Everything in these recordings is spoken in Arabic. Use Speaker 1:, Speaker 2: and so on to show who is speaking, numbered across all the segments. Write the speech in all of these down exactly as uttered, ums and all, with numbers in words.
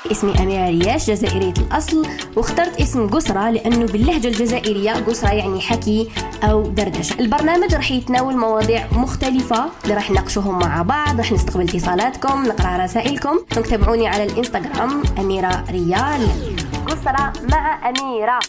Speaker 1: اسمي أميرة رياش، جزائرية الأصل، واخترت اسم قسرة لأنه باللهجة الجزائرية قسرة يعني حكي أو دردشة. البرنامج رح يتناول مواضيع مختلفة اللي رح نناقشوهم مع بعض، رح نستقبل اتصالاتكم، نقرأ رسائلكم. تابعوني على الإنستغرام أميرة ريال. قسرة مع أميرة.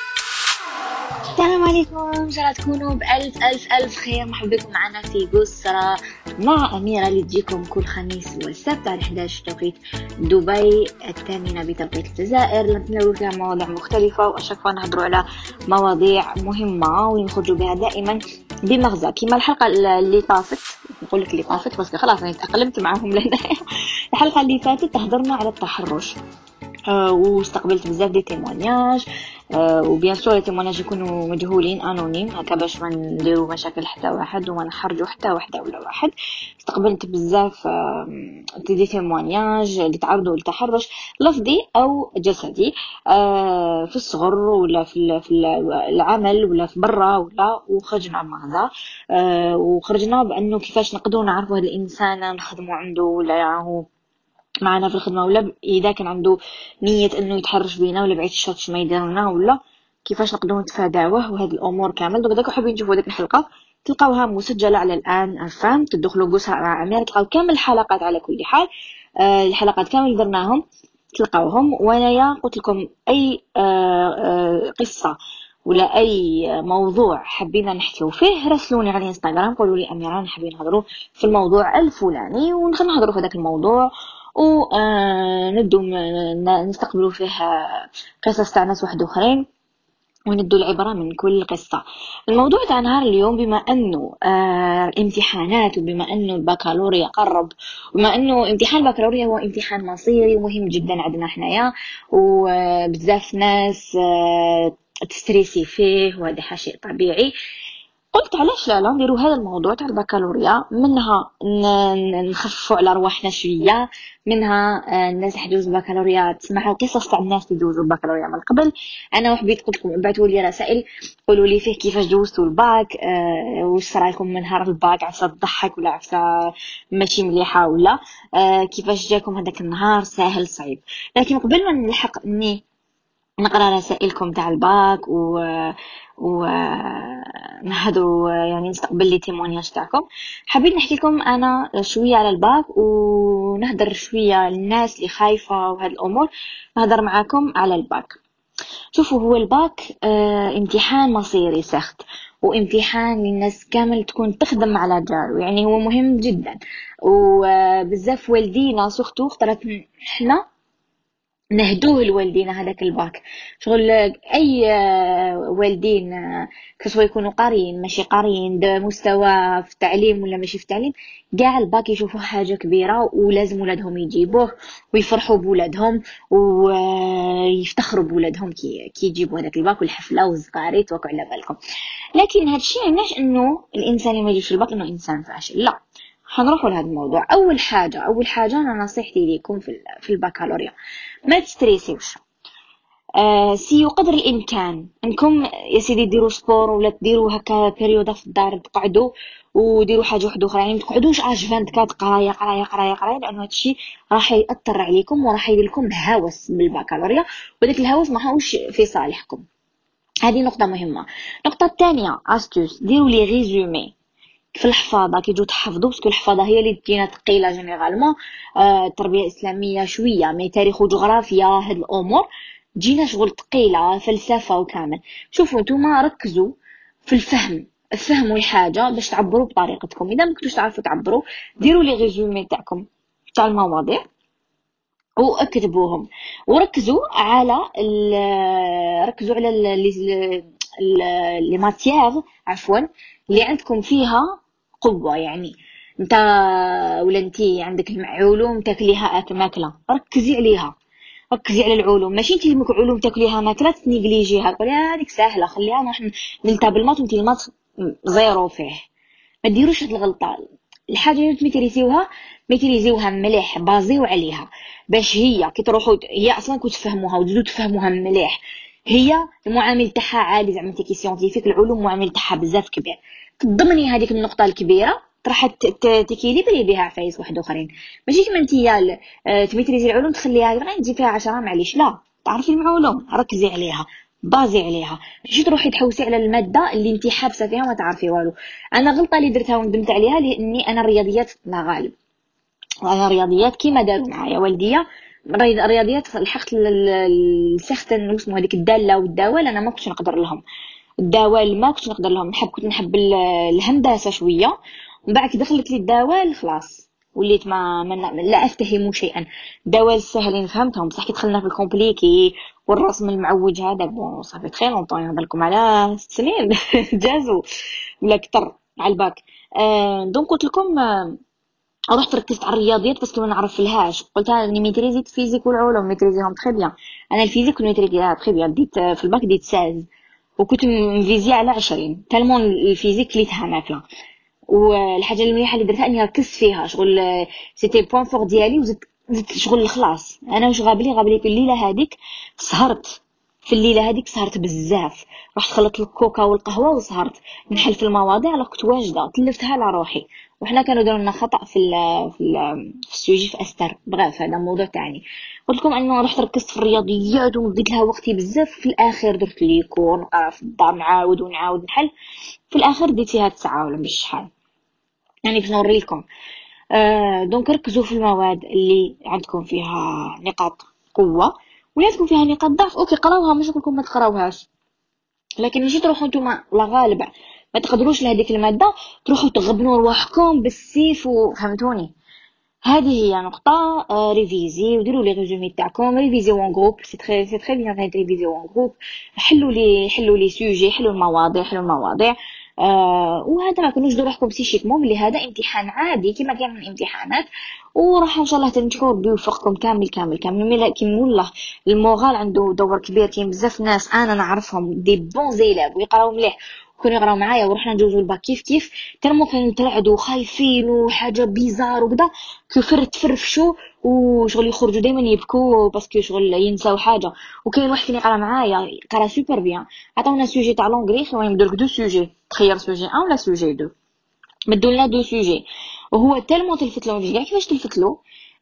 Speaker 2: السلام عليكم، ان شاء الله تكونوا بألف ألف ألف خير. مرحبا بكم معنا في قسرة مع أميرة اللي تجيكم كل خميس والسبت على إحدى عشر توقيت دبي، الثامنة بتوقيت الجزائر. نتناول فيها مواضيع مختلفة وأشوفها نهضروا على مواضيع مهمة ونخرجوا بها دائما بمغزى. كما الحلقة اللي طافت، نقول لك اللي طافت بس خلاص أنا تأقلمت معهم لأن الحلقة اللي فاتت تهضرنا على التحرش أه واستقبلت بزاف دي تيمونياج أه وبيان سور التيمونياج يكونوا مجهولين انونيم هكا باش ما نديروا مشاكل حتى واحد وما نحرجوا حتى واحده ولا واحد. استقبلت بزاف أه دي تيمونياج اللي تعرضوا للتحرش لفظي او جسدي أه في الصغر ولا في في العمل ولا في برا ولا، وخرجنا بمغزى أه وخرجنا بانه كيفاش نقدروا نعرفوا هذا الانسان نخدموا عنده ولا هو معنا في الخدمة، ولا إذا كان عنده نية أنه يتحرش بينا ولا بعيد الشرط ما يديرنا، ولا كيفاش نقدروا نتفاداوه وهذه الأمور كامل. دوك داك حابين نشوفوا ديك الحلقة تلقاوها مسجلة على الآن فام، تدخلوا قسرة مع أميرة تلقاو كامل الحلقات. على كل حال آه الحلقات كامل درناهم تلقاوهم. وأنا قلت لكم أي آه آه قصة ولا أي موضوع حابين نحكيو فيه راسلوني على الانستغرام، قولوا لي أميرة نحبين نهضروا في الموضوع الفلاني ونخل نهضروا في هذاك الموضوع وندو نستقبلوا فيه قصص تاع ناس واحد اخرين وندو العبرة من كل قصة. الموضوع تاع نهار اليوم بما انه آه امتحانات وبما انه البكالوريا قرب وبما انه امتحان البكالوريا هو امتحان مصيري ومهم جدا عندنا حنايا وبزاف ناس آه تستريسي فيه وهذا شيء طبيعي، قلت علاش لا لا نديروا هذا الموضوع تاع البكالوريا، منها نخففوا على رواحنا شويه، منها الناس حدوز البكالوريا تسمعوا قصص تاع الناس اللي دوزوا البكالوريا من قبل. انا وحبيت قلت لكم ابعثوا لي رسائل قولوا لي فيه كيفاش دوزتوا الباك، أه واش صرا لكم من نهار الباك، عفسه تضحك ولا عفسه ماشي مليحه ولا أه كيفاش جاكم هذاك النهار ساهل صعيب. لكن قبل ما نلحق اني نقرا رسائلكم تاع الباك و و نهضروا يعني نستقبل لي تيمونياج تاعكم، حبيت نحكي لكم انا شويه على الباك ونهضر شويه للناس اللي خايفه وهذه الامور، نهضر معاكم على الباك. شوفوا هو الباك اه امتحان مصيري سخت وامتحان للناس كامل تكون تخدم على جارو، يعني هو مهم جدا وبزاف والدينا سختو اخترت احنا نهدوه لوالدينا هذاك الباك. شغل اي والدين كسوا يكونوا قارين ماشي قارين ده مستوى في التعليم ولا ماشي في التعليم، كاع الباك يشوفوه حاجه كبيره ولازم ولادهم يجيبوه ويفرحوا بولادهم ويفتخروا بولادهم كي كي يجيبوا هذاك الباك والحفله والزقاري توكلوا على بالكم. لكن هذا الشيء معناش انه الانسان اللي ما يجيش الباك انه انسان فاشل، لا. حنروحوا لهذا الموضوع. اول حاجه اول حاجه انا نصيحتي لكم في في البكالوريا ما تستريسيوش. آه سيو قدر الامكان انكم يا سيدي ديروا سبور ولا تديروا هكا بيريودا في الدار تقعدوا وديروا حاجه واحده اخرى، يعني ما تقعدوش عشرة وعشرين قرايه قرايه قرايه قرايه، لانه هادشي راح ياثر عليكم وراح يدير لكم هوس بالبكالوريا وداك الهوس ما هوش في صالحكم. هذه نقطه مهمه. النقطه الثانيه استوس، ديروا لي ريزومي في الحفاظه كي تجوا تحفظوا، باسكو الحفاظه هي اللي تجينا ثقيله جينيرالمون. آه التربيه الاسلاميه شويه، مي تاريخ وجغرافيا هاد الامور جينا شغل ثقيله، فلسفه وكامل. شوفوا نتوما ركزوا في الفهم، فهموا الحاجه باش تعبروا بطريقتكم. اذا ما كنتوش تعرفوا تعبروا ديروا لي ريزومي تاعكم تاع المواضيع واكتبوهم، وركزوا على ركزوا على لي ماتيير عفوا اللي عندكم فيها قوه. يعني انت ولا انتي عندك علوم تاكليها اكل ماكله، ركزي عليها، ركزي على العلوم، ماشي انتي اللي علوم تاكليها ماكله تنيجليجيها تقولي هذيك سهله خليها نروح نلتا بالماط وانتي الماط زيرو فيه. ما ديروش هاد الغلطه. الحاجه اللي تميتريزيوها ميتريزيوها مليح، بازيو عليها باش هي كي تروحوا هي اصلا كنت تفهموها وتزيدوا تفهموها مليح. هي المعامل تاعها عالي زعما تيكي سيونتيفيك، العلوم المعامل تاعها بزاف كبير. تضمني هذيك النقطه الكبيره راح تكيليبري بها عفايس واحد اخرين. ماشي كيما نتيا تميتريزي العلوم تخليها غير تجي فيها عشرة، معليش لا، تعرفي المعلوم ركزي عليها، بازي عليها، ماشي تروحي تحوسي على الماده اللي انت حابسه فيها وما تعرفي والو. انا غلطه اللي درتها وندمت عليها لاني انا الرياضيات لا غالب، انا رياضيات كيما داروا معايا والديا، الرياضيات لحقت السختن واسمو هذيك الداله والدوال، انا ما كنتش نقدر لهم. الدوال ما كنتش نقدر لهم، نحب كنت نحب الهندسه شويه، ومن بعد دخلت لي الدوال خلاص وليت ما, ما لا افتهم شيئا. الدوال السهلين فهمتهم، بصح كي دخلنا في الكومبليكي والرسم المعوج هذا بون صافي تخي لونطون، نهضر لكم على ست سنين جازوا ولا اكثر على الباك. آه دونك قلت لكم آه رحت ركزت على الرياضيات بس ما نعرفلهاش، قلت انا ميتريزيت فيزيك والعلوم ميتريزيهم تري بيان. انا الفيزيك ميتريزيها تري بيان، ديت في الباك ديت ساز وكنت مفيزيا على عشرين، تالمون الفيزيك كليتها ماكله. والحاجه المليحه اللي درتها اني ركزت فيها شغل، سيتي بوين فور ديالي، وزدت زدت شغل الخلاص. انا واش غابلي غابلي في الليله هذيك سهرت، في الليله هذيك سهرت بزاف، رحت خلطت الكوكا والقهوه وسهرت نحل في المواضيع على كنت واجده تلفتها على روحي. وحنا كانوا داروا لنا خطا في ال في ال في السوجي في استر، بغاف هذا موضوع تاني. قلت لكم انه رحت ركزت في الرياضيات ومديت لها وقتي بزاف، في الاخر درت لي كور نقرا في الدار نعاود ونعاود نحل، في الاخر ديتيها تسعة ولا بالشحال يعني باش نوري لكم. آه دونك ركزوا في المواد اللي عندكم فيها نقاط قوه، ولا تكون فيها نقاط ضعف اوكي قراوها، مش نقول لكم ما تقراوهاش، لكن ماشي تروحوا نتوما لا غالب ما تقدروش لهذيك الماده تروحوا تغبنوا رواحكم بالسيف وفهمتوني. هذه هي نقطه. آه ريفيزي وديروا لي ريزومي تاعكم، ريفيزي وان جروب، سي تري سي تري بيان ريفيزي وان جروب، حلوا لي حلوا لي سوجي، حلوا المواضيع حلوا المواضيع. آه وهذا ما كنوش ديروا روحكم بسيشيكمون بلي هذا امتحان عادي كما كان من الامتحانات، وراح ان شاء الله تنجحوا ربي يوفقكم كامل كامل كامل. مي لكن والله المورال عنده دور كبير، كاين بزاف ناس انا نعرفهم دي بون زيلاب ويقراو مليح كانوا يقراو معايا ورحنا نجوزو الباك كيف كيف، تالمو كانوا يترعدوا خايفين وحاجه بيزار وكذا، كفر تفرفشوا وشغل يخرجوا دائما يبكوا باسكو شغل ينساو حاجه. وكاين واحد كان يقرا معايا قرا سوبر بيان، عطاونا سوجي تاع لونغري، خير يمدولك دو سوجي، تخير سوجي ان ولا سوجي دو، مدولنا دو سوجي، وهو تالمو تلفت له كاع كيفاش تلفت له.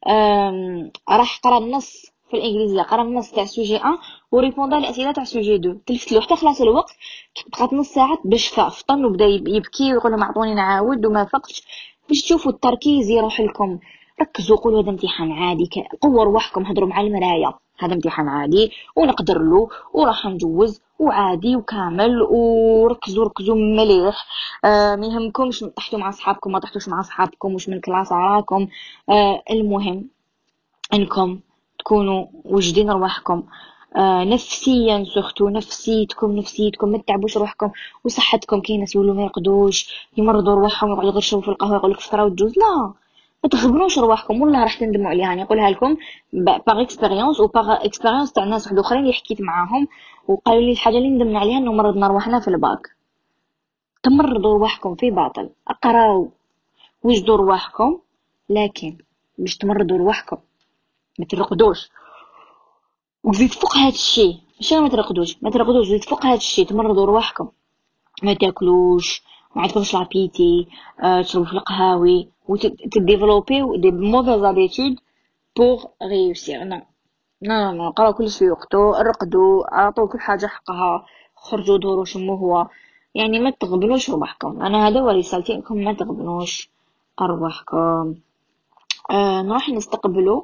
Speaker 2: راح قرا النص في الانجليزيه، قرا النص تاع سوجي واحد وريبوندا الاسئله تاع سوجي اثنين، تلفت له حتى خلاص الوقت، بقات نص ساعه باش فاق فطن وبدا يبكي ويقول لهم اعطوني نعاود وما فقش. باش تشوفوا التركيز يروح لكم، ركزوا قولوا هذا امتحان عادي، قووا رواحكم، هضروا مع المرايه هذا امتحان عادي ونقدر له وراح نجوز وعادي وكامل، وركزوا ركزوا مليح. آه ما يهمكمش طحتوا مع اصحابكم ما طحتوش مع اصحابكم واش من كلاس راكم، آه المهم انكم تكونوا وجدين رواحكم. آه نفسيا سورتو نفسيتكم نفسيتكم ما تتعبوش روحكم وصحتكم. كاين ناس يقولوا ما يرقدوش يمرضوا رواحهم يقعدوا يغرشوا في القهوه يقول لك فطره وتجوز، لا ما تغبنوش رواحكم والله راح تندموا عليها. انا نقولها لكم باغ اكسبيريونس و باغ اكسبيريونس تاع ناس واحد اخرين اللي حكيت معاهم وقالوا لي الحاجه اللي ندمنا عليها انه مرضنا رواحنا في الباك. تمرضوا رواحكم في باطل، اقراو وجدوا رواحكم، لكن باش تمرضوا رواحكم ما ترقدوش وزيد فوق هذا الشيء، ماشي ما ترقدوش ما ترقدوش زيد فوق هذا الشيء تمرضوا رواحكم. ما تاكلوش ما عندكمش لابيتي، أه تشربوا في القهاوي وتديفلوبيو دي موفيز ابيتود بور ريوسير. نو نو نو قراو كل شيء وقتو، رقدوا، اعطوا كل حاجه حقها، خرجوا دوروا شمو هو، يعني ما تغبنوش رواحكم. انا هذا هو رسالتي لكم، ما تغبنوش ارواحكم. أه نروح نستقبلوا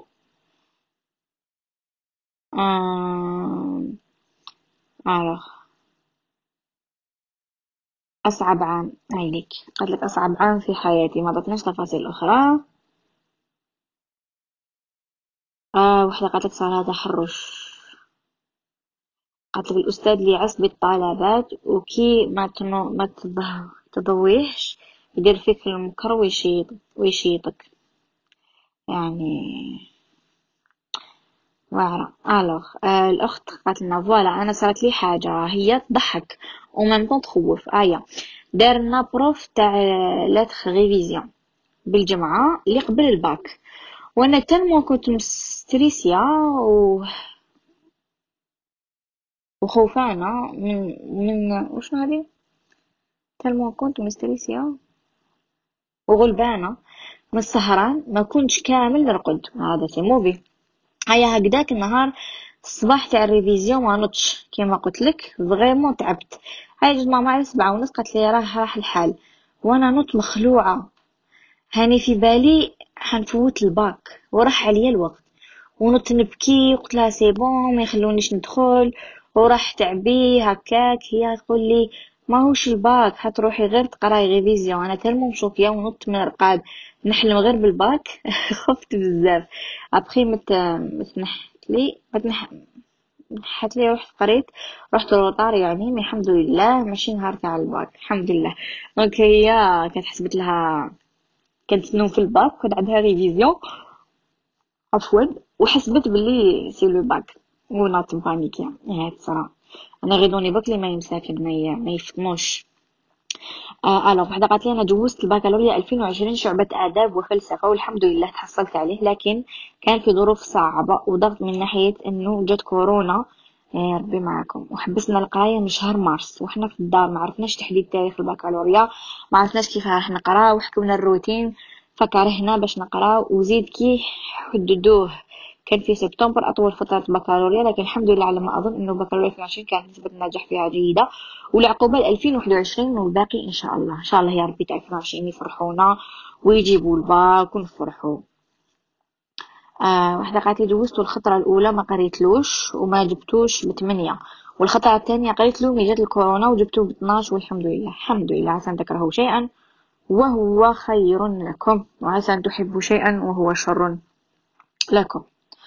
Speaker 2: أه... الوغ أصعب عام هايليك، قالت لك أصعب عام في حياتي، ما عطتناش تفاصيل أخرى. آه وحدة قالت لك صار هذا تحرش، قالت لك الأستاذ اللي يعص بالطلبات وكي ما تنو ما تضويهش يدير فيك المكر ويشيط ويشيطك يعني واعرة. الوغ آه الأخت قالت لنا فوالا أنا صارت لي حاجة هي تضحك ومن تخوف. آية دارنا بروف تاع لاتخ ريفيزيون بالجمعة اللي قبل الباك، وانا تالمو كنت مستريسيا و... وخوفانة من من وش هذه، تالمو كنت مستريسيا وغلبانة من السهران، ما كنتش كامل نرقد. هذا سي موفي. هيا هكداك النهار الصباح تاع الريفيزيون ما نطش كيما قلت لك، فريمون تعبت. هاي جات ماما على سبعة ونص قالت لي راه راح الحال، وانا نط مخلوعة. هاني في بالي حنفوت الباك وراح عليا الوقت، ونط نبكي وقلت لها سي بون ما يخلونيش ندخل، وراح تعبي هكاك. هي تقول لي ماهوش الباك، حتروحي غير تقراي ريفيزيون. انا تالمو مشوفيه ونط من الرقاد نحلم غير بالباك. خفت بزاف. ابخي مت متنحت لي متنح نحت لي رحت قريت، رحت الوطار يعني. مي الحمد لله ماشي نهار تاع الباك الحمد لله. دونك هي كانت حسبت لها كانت تنوم في الباك وكان عندها ريفيزيون عفوا، وحسبت باللي سي لو باك ونات بانيك. يعني هاد الصراحه انا غيدوني بك لي ما يمساكن ما ي- ما يفطنوش. آه الوغ وحده قالت لي انا جوزت البكالوريا ألفين وعشرين شعبة آداب وفلسفة والحمد لله تحصلت عليه، لكن كان في ظروف صعبة وضغط من ناحية انه جت كورونا. يا ربي معكم. وحبسنا القراية من شهر مارس وحنا في الدار، ما عرفناش تحديد تاريخ البكالوريا، ما عرفناش كيف راح نقرا، وحكمنا الروتين فكرهنا باش نقرا. وزيد كي حددوه كان في سبتمبر أطول فترة البكالوريا، لكن الحمد لله على ما أظن إنه البكالوريا ألفين وعشرين كانت نسبة النجاح فيها جيدة، والعقوبة ألفين وواحد وعشرين والباقي إن شاء الله. إن شاء الله يا ربي تاع ألفين وعشرين يفرحونا ويجيبوا الباك ونفرحوا. آه واحدة قالت لي جوزته الخطرة الأولى ما قريتلوش وما جبتوش بثمانية، والخطرة الثانية قريت له مي جات الكورونا وجبته باثناش، والحمد لله. الحمد لله. عسى أن تكرهوا شيئا وهو خير لكم، وعسى أن تحبوا شيئا وهو شر لكم.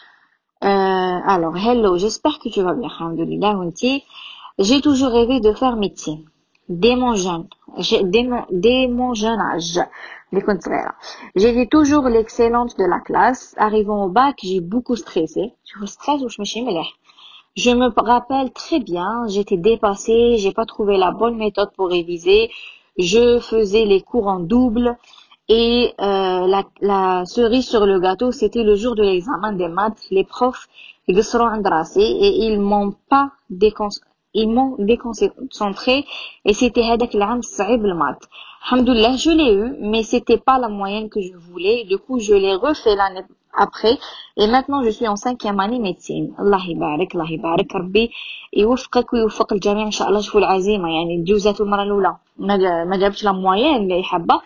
Speaker 2: Euh, alors, hello, j'espère que tu vas bien, alhamdoulilah, Wanti. J'ai toujours rêvé de faire médecine. Dès mon jeune, j'ai- dès mon, dès mon jeune âge. dès كنت صغيرة. J'étais toujours l'excellente de la classe. Arrivant au bac, j'ai beaucoup stressé. Je stress ou je me suis مليح. Je me rappelle très bien, j'étais dépassée, j'ai pas trouvé la bonne méthode pour réviser. Je faisais les cours en double. Et euh, la, la cerise sur le gâteau, c'était le jour de l'examen des maths. Les profs قصروا عند راسي et ils m'ont pas décon- ils m'ont déconcentré, et c'était هذاك العام صعيب المات. Alhamdoulilah, je l'ai eu, mais c'était pas la moyenne que je voulais. Du coup, je l'ai refait l'année après, et maintenant je suis en cinquième année médecine. الله يبارك الله يبارك ربي يوفقك ويوفق الجميع ان شاء الله. شوفوا العزيمه يعني جوزات المره الاولى ما جا- ما جابتش لا موين اللي حابه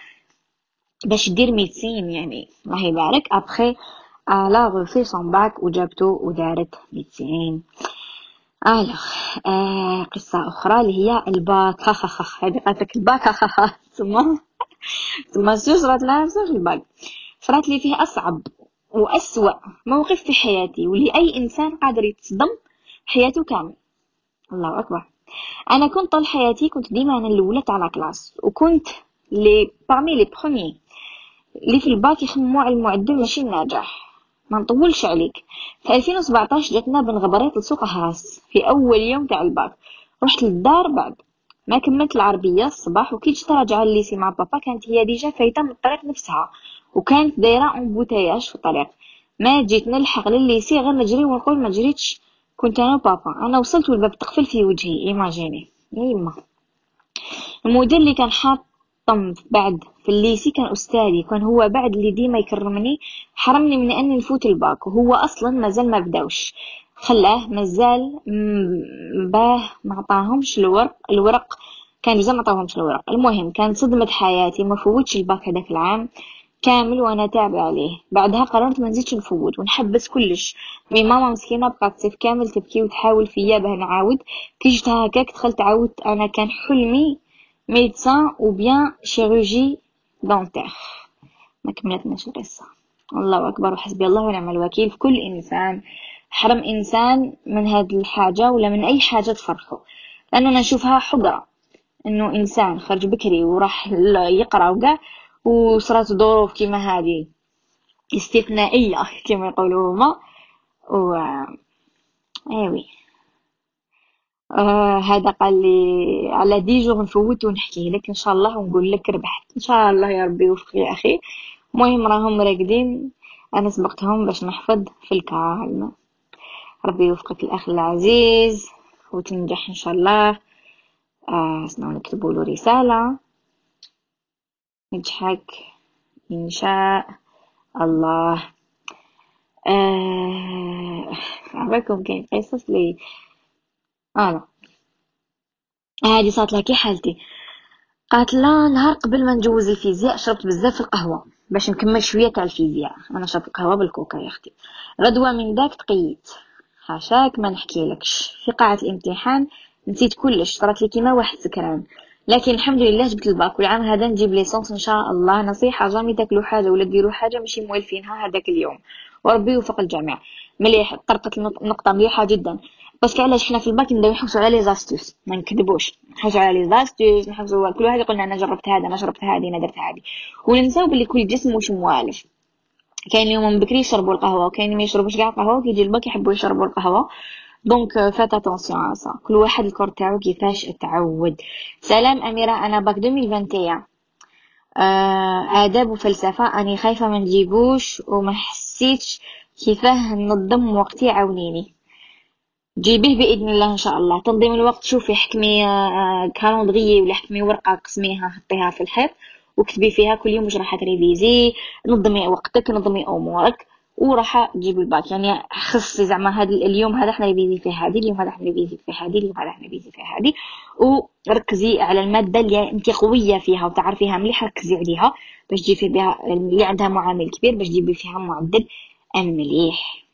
Speaker 2: باش دير ميدسين يعني الله يبارك. ابخي الا غوفي سون باك وجابتو ودارت ميدسين. الوغ آه قصه اخرى اللي هي الباك. هذه قالت الباك. ثم ثم شو صرات لها صار الباك، صرات لي فيه اصعب واسوأ موقف في حياتي، واللي اي انسان قادر يتصدم حياته كامل. الله اكبر. انا كنت طول حياتي كنت ديما انا الاولى تاع لا كلاس، وكنت لي بارمي لي بروميي اللي في الباك يخمموا على المعدل ماشي الناجح. ما نطولش عليك، في ألفين وسبعطاش جاتنا بن غبريت لسوق هاس في اول يوم تاع الباك. رحت للدار بعد ما كملت العربيه الصباح، وكي جيت راجعه لليسي مع بابا كانت هي ديجا فايته من الطريق نفسها، وكانت دايره اون بوتياج في الطريق. ما جيت نلحق لليسي غير نجري ونقول ما جريتش. كنت انا وبابا، انا وصلت والباب تقفل في وجهي. ايماجيني يا يما. المدير اللي كان حاطم بعد في الليسي كان استاذي، كان هو بعد اللي ديما يكرمني، حرمني من اني نفوت الباك، وهو اصلا مازال ما بداوش، خلاه مازال م- باه ما عطاهمش الورق الورق كان مازال ما عطاهمش الورق. المهم كان صدمة حياتي، ما فوتش الباك هذاك العام كامل وانا تابع عليه. بعدها قررت ما نزيدش نفوت ونحبس كلش. مي ماما مسكينه بقات صيف كامل تبكي وتحاول فيا باه نعاود. كي جيت هكاك دخلت عاودت. انا كان حلمي ميدسان او بيان شيروجي دونتير. ما كملتناش القصه. الله اكبر وحسبي الله ونعم الوكيل في كل انسان حرم انسان من هذه الحاجه ولا من اي حاجه تفرحه، لانه انا نشوفها حقره انه انسان خرج بكري وراح ل- يقرا وكاع وصرات ظروف كيما هذه استثنائيه كما يقولوا هما. و ايوي آه هذا قال لي على دي جوغ نفوت ونحكي لك ان شاء الله ونقول لك ربحت ان شاء الله يا ربي يوفق يا اخي. المهم راهم راقدين، انا سبقتهم باش نحفظ في الكالم. ربي يوفقك الاخ العزيز وتنجح ان شاء الله. آه سنو نكتبوا له رساله نجحك إن شاء الله. آه... عبالكم كاين قصص لي اه هادي صارت لها كي حالتي. قالت لا نهار قبل ما نجوز الفيزياء شربت بزاف القهوه باش نكمل شويه تاع الفيزياء. انا شربت القهوه بالكوكا يا اختي. غدوه من داك تقيت، حاشاك ما نحكيلكش. في قاعه الامتحان نسيت كلش، صارت لي كيما واحد سكران. لكن الحمد لله جبت الباك، والعام هذا نجيب ليسونس ان شاء الله. نصيحه، جامي تاكلوا حاجه ولا ديروا حاجه ماشي موالفينها هذاك اليوم، وربي يوفق الجميع. مليح، طرقت النقطه مليحه جدا. بس علاش حنا في الباك نبداو نحوسوا على لي زاستوس، ما نكذبوش، نحوسوا على لي زاستوس، نحوسوا كل واحد يقولنا انا جربت هذا، انا شربت هذه، انا درت هذه، وننساو بلي كل جسم واش موالف. كاين اليوم من بكري يشربوا القهوه، وكاين ما يشربوش كاع القهوه، كيجي الباك يحبوا يشربوا القهوه. دونك فات اتونسيون على سا، كل واحد الكور تاعو كيفاش تعود. سلام اميره، انا باك ألفين وواحد وعشرين آه آداب وفلسفة. أني خايفة ما نجيبوش وما حسيتش كيفاه ننظم وقتي، عاونيني. جيبيه بإذن الله إن شاء الله. تنظيم الوقت، شوفي حكمي آه كالندريي ولا حكمي ورقة، قسميها حطيها في الحيط وكتبي فيها كل يوم واش راح تريفيزي. نظمي وقتك، نظمي أمورك، وراح تجيبي الباك. يعني خصي زعما هذا اليوم هذا حنا نريفيزي فيه هذه، اليوم هذا حنا نريفيزي فيه هذه، اليوم هذا حنا نريفيزي فيه هذه. وركزي على المادة اللي انت قوية فيها وتعرفيها مليح، ركزي عليها باش تجيبي بها اللي عندها معامل كبير، باش تجيبي فيها معدل مليح.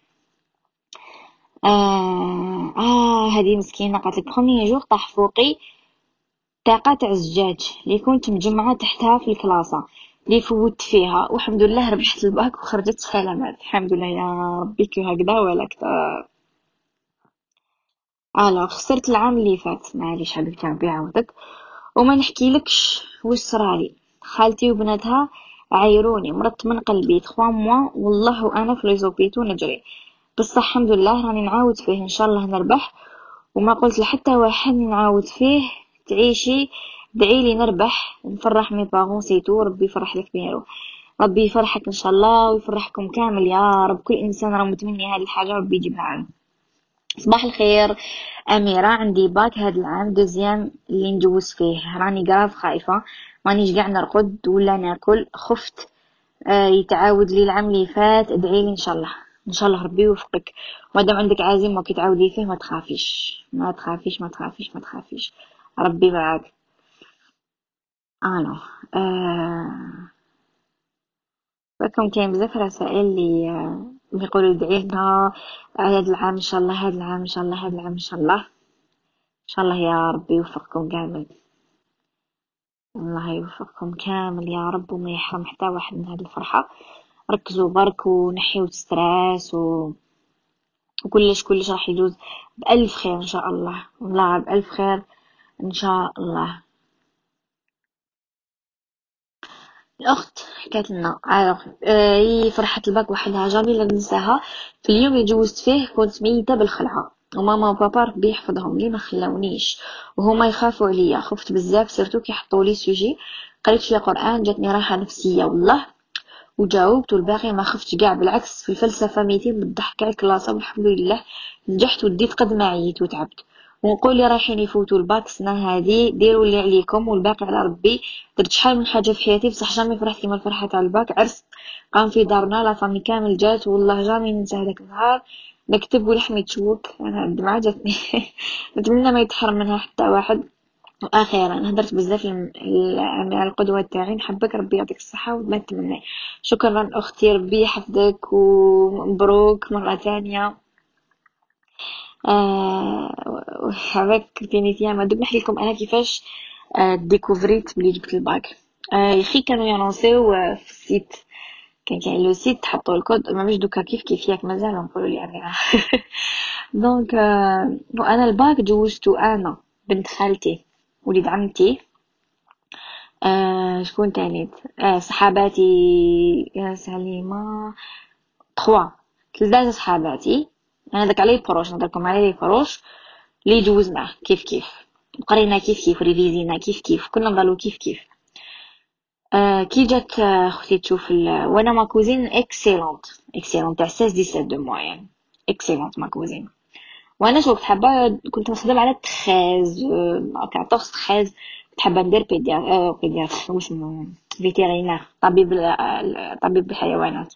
Speaker 2: آه, آه هذه مسكينة قالت لك بخومي جوغ طاح فوقي طاقة تاع الزجاج اللي كنت مجمعة تحتها في الكلاسة اللي فوت فيها، والحمد لله ربحت الباك وخرجت سلامات. الحمد لله يا ربي، كي هكذا ولا كتر. انا خسرت العام اللي فات، معليش حبيبتي ربي يعوضك. وما نحكيلكش واش صرالي. خالتي وبناتها عايروني، مرضت من قلبي ثلاثة موا والله، وانا في ليزوبيتو نجري. بصح الحمد لله راني نعاود فيه، ان شاء الله نربح. وما قلت لحتى واحد نعاود فيه. تعيشي دعيلي نربح نفرح مي بارون سيتو. ربي يفرح لك بيرو، ربي يفرحك ان شاء الله ويفرحكم كامل يا رب. كل انسان راه متمني هذه الحاجه، ربي يجيبها عنه. صباح الخير أميرة، عندي باك هاد العام دوزيام اللي ندوز فيه. راني قراف خايفة، مانيش قاع نرقد ولا ناكل، خفت آه يتعاود لي العام اللي فات. ادعيلي ان شاء الله، ان شاء الله ربي يوفقك. مادام عندك عزيمة وكي تعاودي فيه ما تخافيش، ما تخافيش ما تخافيش ما تخافيش، ربي معاك. انا آه فكم كاين بزاف رسائل اللي آه، اللي يقولوا ادعي لنا هذا العام ان شاء الله، هذا العام ان شاء الله، هذا العام ان شاء الله. ان شاء الله يا ربي يوفقكم كامل، الله يوفقكم كامل يا رب، وما يحرم حتى واحد من هذه الفرحة. ركزوا برك ونحيوا ستريس و... وكلش كلش راح يجوز بألف خير إن شاء الله، والله بألف خير إن شاء الله. الأخت حكات لنا عارف آه هي فرحة الباك وحدها جامي لا ننساها. في اليوم اللي جوزت فيه كنت ميتة بالخلعة، وماما وبابا ربي يحفظهم لي ما خلاونيش، وهما يخافوا عليا. خفت بزاف سيرتو كي حطوا لي سوجي. قريت في القرآن جاتني راحة نفسية والله، وجاوبت. والباقي ما خفتش كاع، بالعكس في الفلسفة ميتين بالضحك على الكلاسة، والحمد لله نجحت وديت قد ما عييت وتعبت. ونقول لي رايحين يفوتوا الباك السنة هذه، ديروا اللي عليكم والباقي على ربي. درت شحال من حاجة في حياتي بصح جامي فرحت كيما الفرحة تاع الباك. عرس قام في دارنا، لا فامي كامل جات، والله جامي ننسى هذاك النهار. نكتب ولحمي تشوك، انا الدمعة جاتني نتمنى ما يتحرم منها حتى واحد. واخيرا هدرت بزاف الم- ال- على القدوة تاعي، نحبك ربي يعطيك الصحة وما تمنى. شكرا اختي، ربي يحفظك ومبروك مرة ثانية. آه حبك كنتي ما دوب نحكي لكم انا كيفاش آه ديكوفريت بلي جبت الباك. آه يخي كانوا يانونسيو آه، في السيت، كان كاين لو سيت تحطوا الكود، ما مش دوكا كيف كيف ياك مازال نقولوا لي انا دونك آه وانا الباك جوزتو انا بنت خالتي وليد عمتي آه شكون تاني آه صحاباتي يا سليمة تخوا ثلاثة صحاباتي. انا داك علي بروش نهضركم على لي بروش اللي جوزناه كيف كيف، قرينا كيف كيف، ريفيزينا كيف كيف، كنا نضلوا كيف كيف. آه كي جات آه، اختي تشوف ال... وانا ما كوزين اكسيلونت اكسيلونت تاع ستة سبعة دو موين، اكسيلونت ما كوزين. وانا شو كنت حابه كنت نخدم على تخاز آه، أربعطاش تخاز حابه ندير بيديا آه بيديا واش فيتيرينير، طبيب طبيب الحيوانات.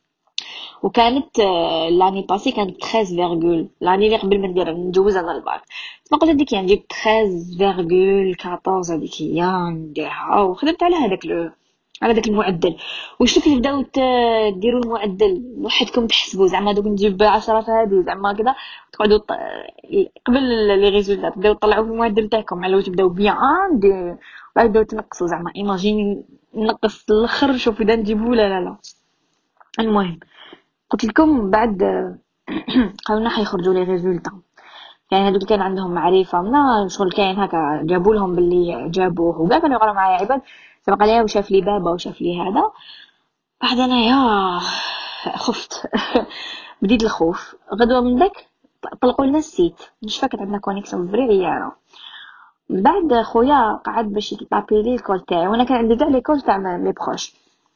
Speaker 2: وكانت لاني باسي كانت تريز فيرغول، لاني اللي قبل ما ندير ندوز انا الباك ما قلت هذيك نجيب تريز فيرغول كاطورز، هذيك هي نديرها وخدمت على هذاك لو على داك المعدل. واش كي تبداو ديروا المعدل وحدكم تحسبوا زعما دوك نجيب عشرة في هذه زعما كذا، تقعدوا ط... قبل لي ريزولطات تبداو تطلعوا في المعدل تاعكم على تبداو بيان دي بعد تبداو تنقصوا زعما ايماجيني نقص الاخر شوفوا اذا نجيبوا لا لا لا. المهم قلت لكم بعد قالوا لنا حيخرجوا لي ريزولطات، يعني هذوك كان عندهم معرفه منا شغل كاين هكا جابوا لهم باللي جابوه وكاع كانوا يقراو معايا عباد سبق ليها وشاف لي بابا وشاف لي هذا. بعد انا يا خفت بديت الخوف. غدوه من داك طلقوا لنا السيت، مش فاكره عندنا كونيكسيون فري عياره. بعد خويا قعد باش يطابي لي الكود تاعي وانا كان عندي كاع لي كود تاع مي بروش.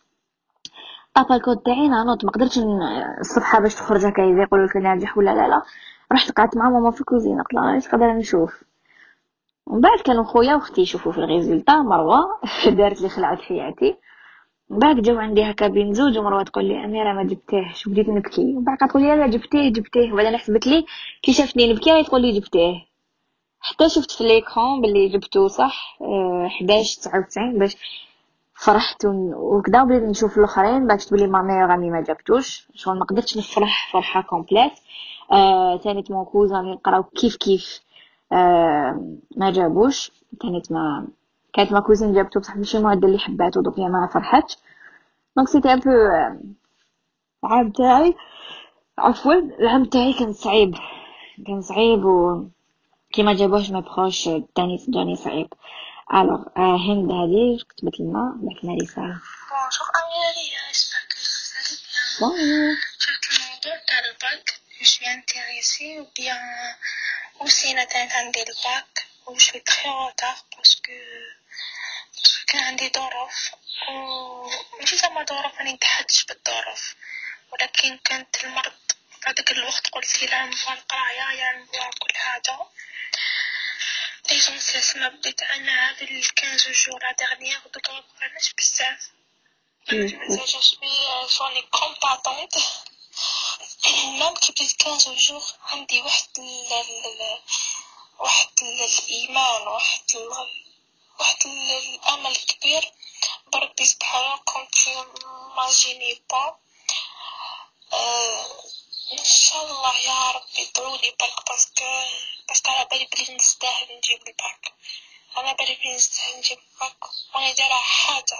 Speaker 2: طابا الكود تاعي نوض ما قدرتش الصبحه باش تخرج هكا يقولوا لك ناجح ولا لا لا. رحت قعدت مع ماما في الكوزينه قلت لها ايش قادره نشوف. ومن بعد كانوا خويا واختي يشوفوا في الريزولطا. مروه دارت لي خلعت حياتي. من بعد جاو عندي هكا بين زوج ومروه تقول لي اميره ما جبتيهش وبديت نبكي. ومن بعد تقول لي لا جبتيه جبتيه. وبعدين حسبت لي كي شافتني نبكي تقول لي جبتيه، حتى شفت في ليكرون باللي جبتو صح حداش تسعة وتسعين باش فرحت وكذا. وبديت نشوف الاخرين باش تقول لي مامي راني ما جبتوش شغل ما قدرتش نفرح فرحه كومبليت. آه ثاني مون كوزان نقراو كيف كيف آه ما جابوش. كانت ما كانت ما كوزين جابتو بصح ماشي المعدل اللي حباتو دوك ما فرحتش. دونك سيتي ان بو العام تاعي عفوا العام تاعي كان صعيب كان صعيب و كيما جابوش ما بروش تاني جاني صعيب. الوغ آه هند هذه كتبت لنا بعثنا رساله.
Speaker 3: Bonjour Amélie, j'espère que vous allez bien.
Speaker 2: Bonjour.
Speaker 3: Sur le mot t'as le bac, je suis intéressée ou bien aussi n'atteint des bac ou je suis très en retard parce que parce que عندي ظروف وماشي زعما ظروف راني نتحدش بالظروف ولكن كانت المرض في هذاك الوقت قلت لي لا نبغى القرايه يا نبغى كل حاجه. ليسونس ما بديت انا هذا الخمسة جور لا ديرنيير دوك ما بقيناش بزاف. مازال جو سوي شوني كومباتونت ميم كي بديت خمسة جور عندي واحد ال واحد الايمان واحد ال واحد الامل كبير بربي سبحانه كنت ماجيني با. ان شاء الله يا ربي ضروري بالك باسكو باسكو على بالي بلي نستاهل نجيب الباك. انا بالي بلي نستاهل نجيب الباك وانا دايره حاجه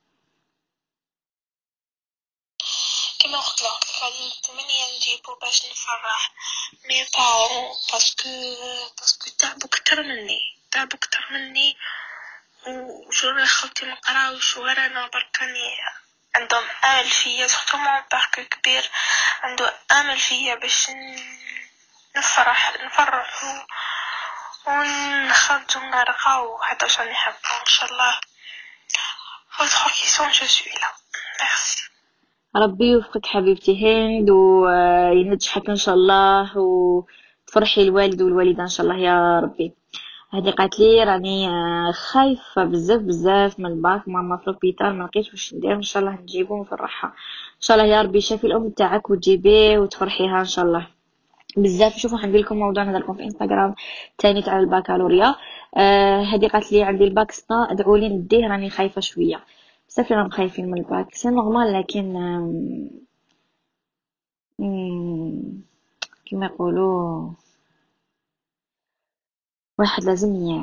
Speaker 3: كما قلت لك غادي نتمنى نجيبو باش نفرح مي بارون باسكو باسكو تعبوا كتر مني تعبوا كتر مني وشغل خالتي ما قراوش وغير انا بركاني عندهم امل فيا سورتو مون بارك كبير عنده امل فيا باش نفرح نفرحو ونخرجو نرقاو حتى واش راني حابه ان شاء الله. votre question je suis là merci.
Speaker 2: ربي يوفقك حبيبتي هند وينجحك ان شاء الله وتفرحي الوالد والوالده ان شاء الله يا ربي. هذه قالت لي راني خايفه بزاف بزاف من الباك ماما في البيطار ما لقيتش واش ندير. ان شاء الله نجيبو ونفرحها ان شاء الله يا ربي. شافي الام تاعك وتجيبيه وتفرحيها ان شاء الله بزاف. شوفوا حندير لكم موضوع نهضر لكم في انستغرام تاني تاع الباكالوريا. آه هذه قالت لي عندي الباك سنه ادعوا لي نديه راني خايفه شويه بزاف راهم خايفين من الباك سي نورمال لكن كما يقولوا واحد لازم ي...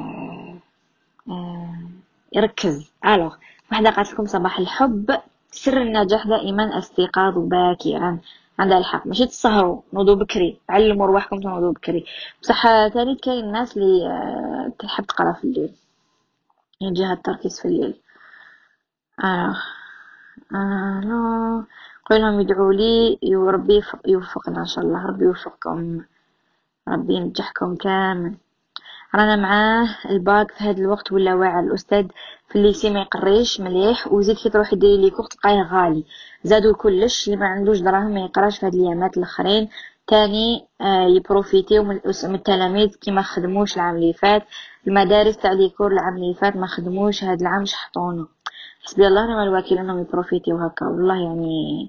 Speaker 2: يركز. الوغ وحده قالت لكم صباح الحب سر النجاح دائما الاستيقاظ باكرا. عندها الحق ماشي تسهروا نوضوا بكري علموا رواحكم تنوضوا بكري بصح ثاني كاين الناس اللي تحب تقرا في الليل يجيها التركيز في الليل. اه اه قول لهم يدعوا لي وربي يوفقنا ان شاء الله. ربي يوفقكم ربي ينجحكم كامل. رانا معاه الباك في هذا الوقت ولا واعر الاستاذ في الليسي ما يقريش مليح وزيد كي تروح ديري لي كورت تلقاه غالي. زادوا كلش اللي ما عندوش دراهم ما يقراش في هاد الايامات الاخرين تاني آه يبروفيتيو من الأس- من التلاميذ كي ما خدموش العام اللي فات. المدارس تاع ليكور العام اللي فات ما خدموش، هاد العام شحطونا. حسبي الله ونعم الوكيل انهم يبروفيتيو هكا. والله يعني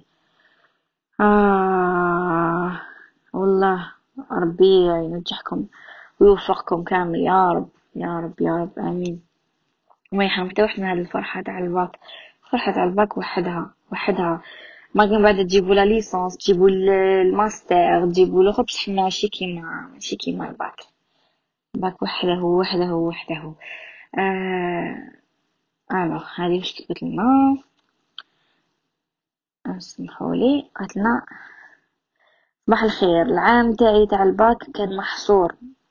Speaker 2: آه والله ربي ينجحكم ويوفقكم كامل يا رب يا رب يا رب آمين. وما يحرم حتى واحد من هاد الفرحة تاع الباك. فرحة تاع الباك وحدها وحدها. ما كان بعد تجيبوا لا ليسونس، تجيبوا ال- الماستر، تجيبوا الاخر، بصح ماشي كيما ماشي كيما الباك. الباك وحده وحده وحده. آه الوغ هذه واش كتبت لنا. اسمحولي قالت لنا صباح الخير، العام تاعي تاع الباك كان محصور.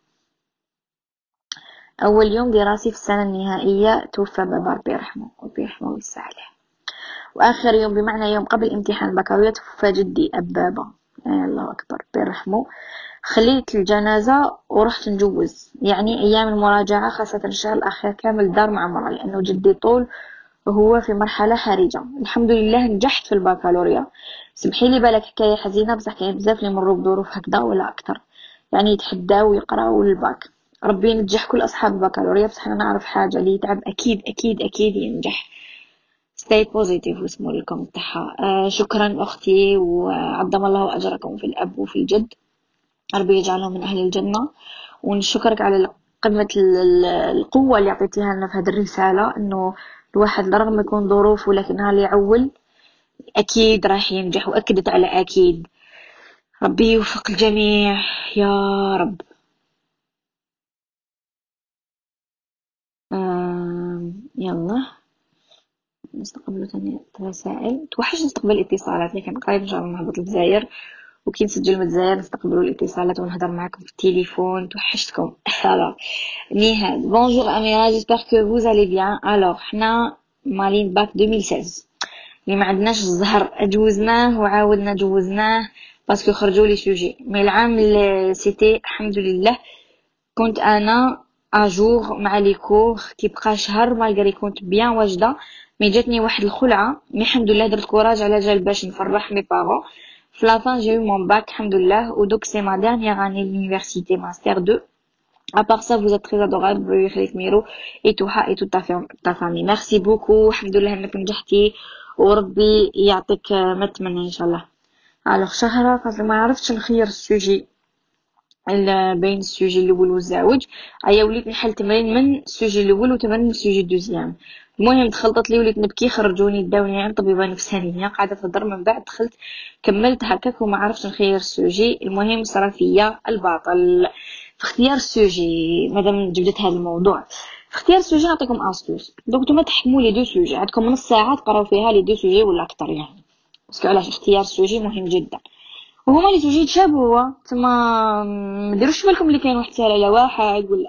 Speaker 2: اول يوم دراسي في السنه النهائيه توفى بابا ربي يرحمه ربي يرحمه ويوسع عليه. واخر يوم بمعنى يوم قبل امتحان البكالوريا توفى جدي ابابا. يا الله اكبر ربي يرحمه. خليت الجنازه ورحت نجوز، يعني ايام المراجعه خاصه الشهر الاخير كامل دار معمره لانه جدي طول وهو في مرحله حرجه. الحمد لله نجحت في البكالوريا. سمحي لي بالك حكايه حزينه بصح كاين بزاف اللي يمروا بظروف هكذا ولا اكثر، يعني يتحداو ويقراو للباك. ربي ينجح كل اصحاب البكالوريا، بصح انا نعرف حاجه اللي يتعب اكيد اكيد اكيد ينجح. stay positive واسمو لكم تاعها. آه شكرا اختي وعظم الله اجركم في الاب وفي الجد، ربي يجعلهم من اهل الجنه. ونشكرك على قمه ال- ال- القوه اللي عطيتيها لنا في هذه الرساله، انه الواحد رغم ما يكون ظروف ولكنها اللي يعول اكيد راح ينجح، واكدت على اكيد. ربي يوفق الجميع يا رب. آم، يلا نستقبلوا ثاني رسائل. توحش نستقبل اتصالات، لكن قريب ان شاء الله نهبط الجزائر وكي نسجل من الجزائر نستقبلوا الاتصالات ونهضر معكم في التليفون. توحشتكم. alors نهاد bonjour Amira, j'espère que vous allez bien. alors حنا مالين باك ألفين وستة عشر اللي ما عندناش الزهر جوزناه وعاودنا جوزناه باسكو خرجوا لي سوجي. مي العام اللي سيتي الحمد لله كنت انا اجور مع لي كور كي بقى شهر مالغري كنت بيان واجده. مي جاتني واحد الخلعه، مي الحمد لله درت كوراج على جال باش نفرح مي بارون. في لافان جي مون باك الحمد لله، ودوك سي ما دانيير اني لونيفرسيتي ماستر deux. À part ça, vous êtes très adorable, Khalid Miro, et Touha et toute ta, fam- ta famille. Merci beaucoup. Alhamdoulilah انك نجحتي وربي يعطيك ما تمنى ان شاء الله. الوغ شهرة خاطر ما عرفتش نخير السوجي ال- بين السوجي الاول والزعوج، ايا وليت نحل تمرين من السوجي الاول وتمرين من السوجي الدوزيام. المهم دخلت لي وليت نبكي، خرجوني داوني عند طبيبه نفسانيه قاعده تهضر. من بعد دخلت كملت هكاك وما عرفتش نخير السوجي. المهم صرا فيا الباطل في اختيار السوجي. مادام جبدت هذا الموضوع في اختيار السوجي نعطيكم اسطوس. دوك نتوما تحكموا لي دو سوجي، عندكم نص ساعه تقراو فيها لي دو سوجي ولا اكثر يعني، باسكو علاش اختيار السوجي مهم جدا. وهما اللي سوجي تشابهوا تما ما ديروش بالكم اللي كاين واحد سهل على واحد ولا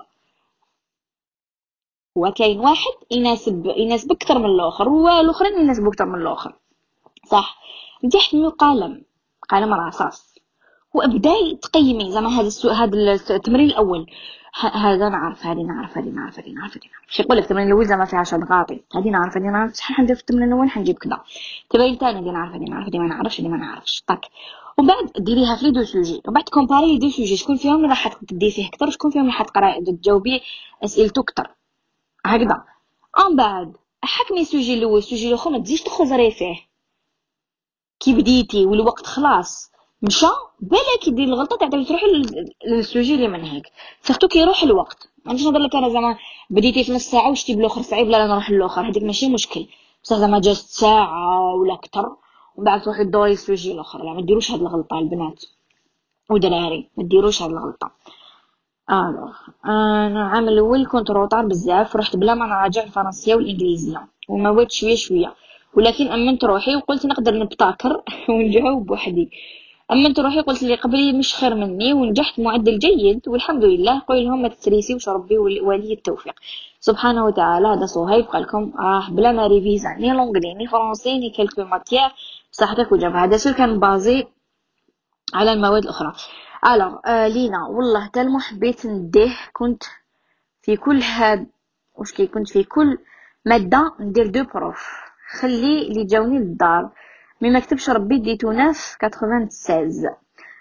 Speaker 2: هو كاين واحد يناسب يناسب اكثر من الاخر والاخرين يناسبوا اكثر من الاخر. صح انت حملوا قلم قلم رصاص وابداي تقيمي زعما هذا السو... هذا التمرين الاول ه... هذا نعرف هذه نعرف هذه نعرف هذه نعرف هذه نعرف شي يقول لك التمرين الاول زعما فيها عشرة نقاطي، هذه نعرف هذه نعرف شحال حندير في التمرين الاول حنجيب كذا. التمرين الثاني هذه نعرف هذه نعرف هذه ما نعرفش هذه ما نعرفش طاك. ومن بعد ديريها في لي دو سوجي، ومن بعد كومباري لي دو سوجي شكون فيهم اللي راح تدي فيه اكثر وشكون فيهم اللي حتقراي تجاوبي اسئلته اكثر هكذا. ومن بعد حكمي السوجي الاول السوجي الاخر ما تزيدش تخزري فيه. كي بديتي والوقت خلاص مشى بالك يدير الغلطه تاع تروحي للسوجي اللي من هيك سيرتو كي يروح الوقت. ما نجيش نهضر لك انا زعما بديتي في نص ساعه وشتي بالاخر صعيب لا لا نروح للاخر، هذيك ماشي مشكل. بصح زعما جات ساعه ولا اكثر ومن بعد تروحي دوري السوجي الاخر، لا ما ديروش هاد الغلطه البنات ودراري، ما ديروش هاد الغلطه. الوغ انا العام الاول كنت روطار بزاف، رحت بلا ما نراجع الفرنسيه والانجليزيه ومواد شويه شويه، ولكن امنت روحي وقلت نقدر نبتكر ونجاوب بوحدي. امنت روحي قلت اللي قبلي مش خير مني ونجحت معدل جيد والحمد لله. قول لهم ما تستريسيوش ربي ولي التوفيق سبحانه وتعالى. هذا صهيب قال لكم راه بلا ما ريفيزا ني لونغلي ني فرونسي ني كالكو ماتيير بصح هذاك وجاب هذا سير كان بازي على المواد الاخرى. الوغ آه لينا والله تالمو حبيت نديه كنت في كل هاد واش كي كنت في كل ماده ندير دو بروف خلي اللي جاوني للدار مي ما كتبش ربي ديتو ناف ستة وثمانين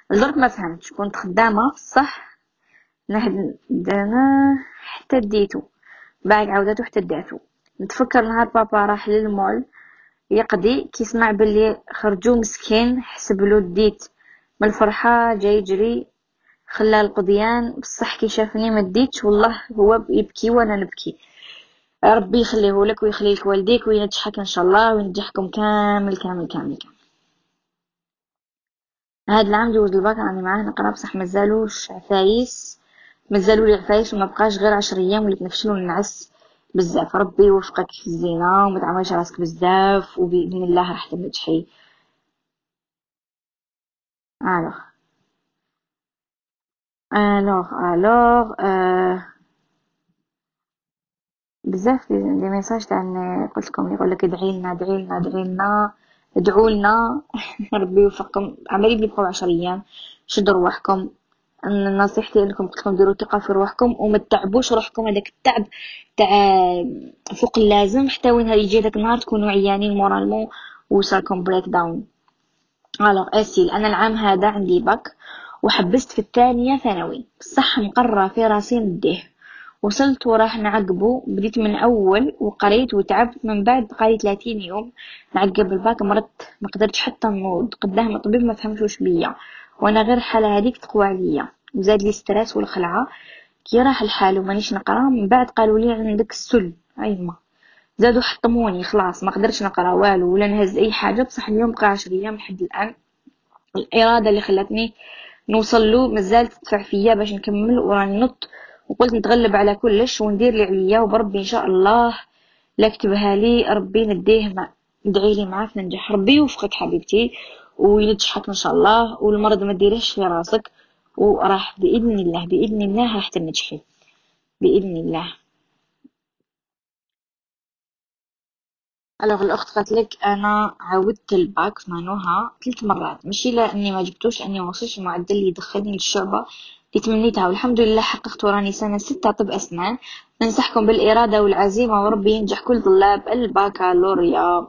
Speaker 2: لدرك ما فهمتش، كنت خدامة بصح نحد دانا حتى ديتو، بعد عاوداتو حتى داتو. نتفكر نهار بابا راح للمول يقضي كيسمع باللي خرجو مسكين، حسبلو ديت من الفرحة جاي يجري خلى القضيان، بصح كي شافني ما ديتش والله هو يبكي وانا نبكي. ربي يخليه لك ويخلي لك والديك وينجحك ان شاء الله وينجحكم كامل كامل كامل كامل. هاد العام جوز الباك راني معاه نقرا بصح مازالوش عفايس، مازالو لي عفايس وما بقاش غير عشر ايام وليت نفشل وننعس بزاف. ربي يوفقك في الزينه وما تعملش راسك بزاف وباذن الله راح تنجحي. الوغ الوغ الوغ آه بزاف دي ميساج تاع قلت لكم يقول لك ادعي لنا ادعي لنا ادعي لنا ادعوا لنا. ربي يوفقكم. عمالين بيبقاو عشر ايام، شدوا رواحكم. نصيحتي انكم قلت لكم ديروا ثقه في رواحكم وما تتعبوش روحكم هذاك التعب تاع فوق اللازم، حتى وين يجي داك النهار تكونوا عيانين مورالمون وصاركم بريك داون. الوغ اسيل، انا العام هذا عندي باك وحبست في الثانيه ثانوي، بصح مقرره في راسي نديه. وصلت وراح نعقبه، بديت من اول وقريت وتعبت، من بعد قالي ثلاثين يوم نعقب الباك، مرضت ما قدرتش حتى نوض قدام الطبيب ما فهمش واش بيا، وانا غير حاله هذيك تقوى عليا وزاد لي ستريس والخلعه. كي راح الحال ومانيش نقرا، من بعد قالوا لي عندك السل. ايما زادوا حطموني خلاص ما قدرتش نقرا والو ولا نهز اي حاجه. بصح اليوم بقى عشر ايام لحد الان الاراده اللي خلاتني نوصل له مازال تدفع فيا باش نكمل وراني نط، وقلت نتغلب على كلش وندير اللي عليا وبربي ان شاء الله لا كتبها لي ربي نديه. ما ادعي لي معاك ننجح. ربي يوفقك حبيبتي وينجحك ان شاء الله، والمرض ما ديريش في راسك وراح باذن الله باذن الله راح تنجحي باذن الله. الوغ الاخت قالت لك انا عاودت الباك معنوها ثلاث مرات، ماشي لاني ما جبتوش لاني ما وصلش المعدل اللي يدخلني للشعبه اللي تمنيتها، والحمد لله حققت وراني سنه ستة طب اسنان. ننصحكم بالاراده والعزيمه وربي ينجح كل طلاب الباكالوريا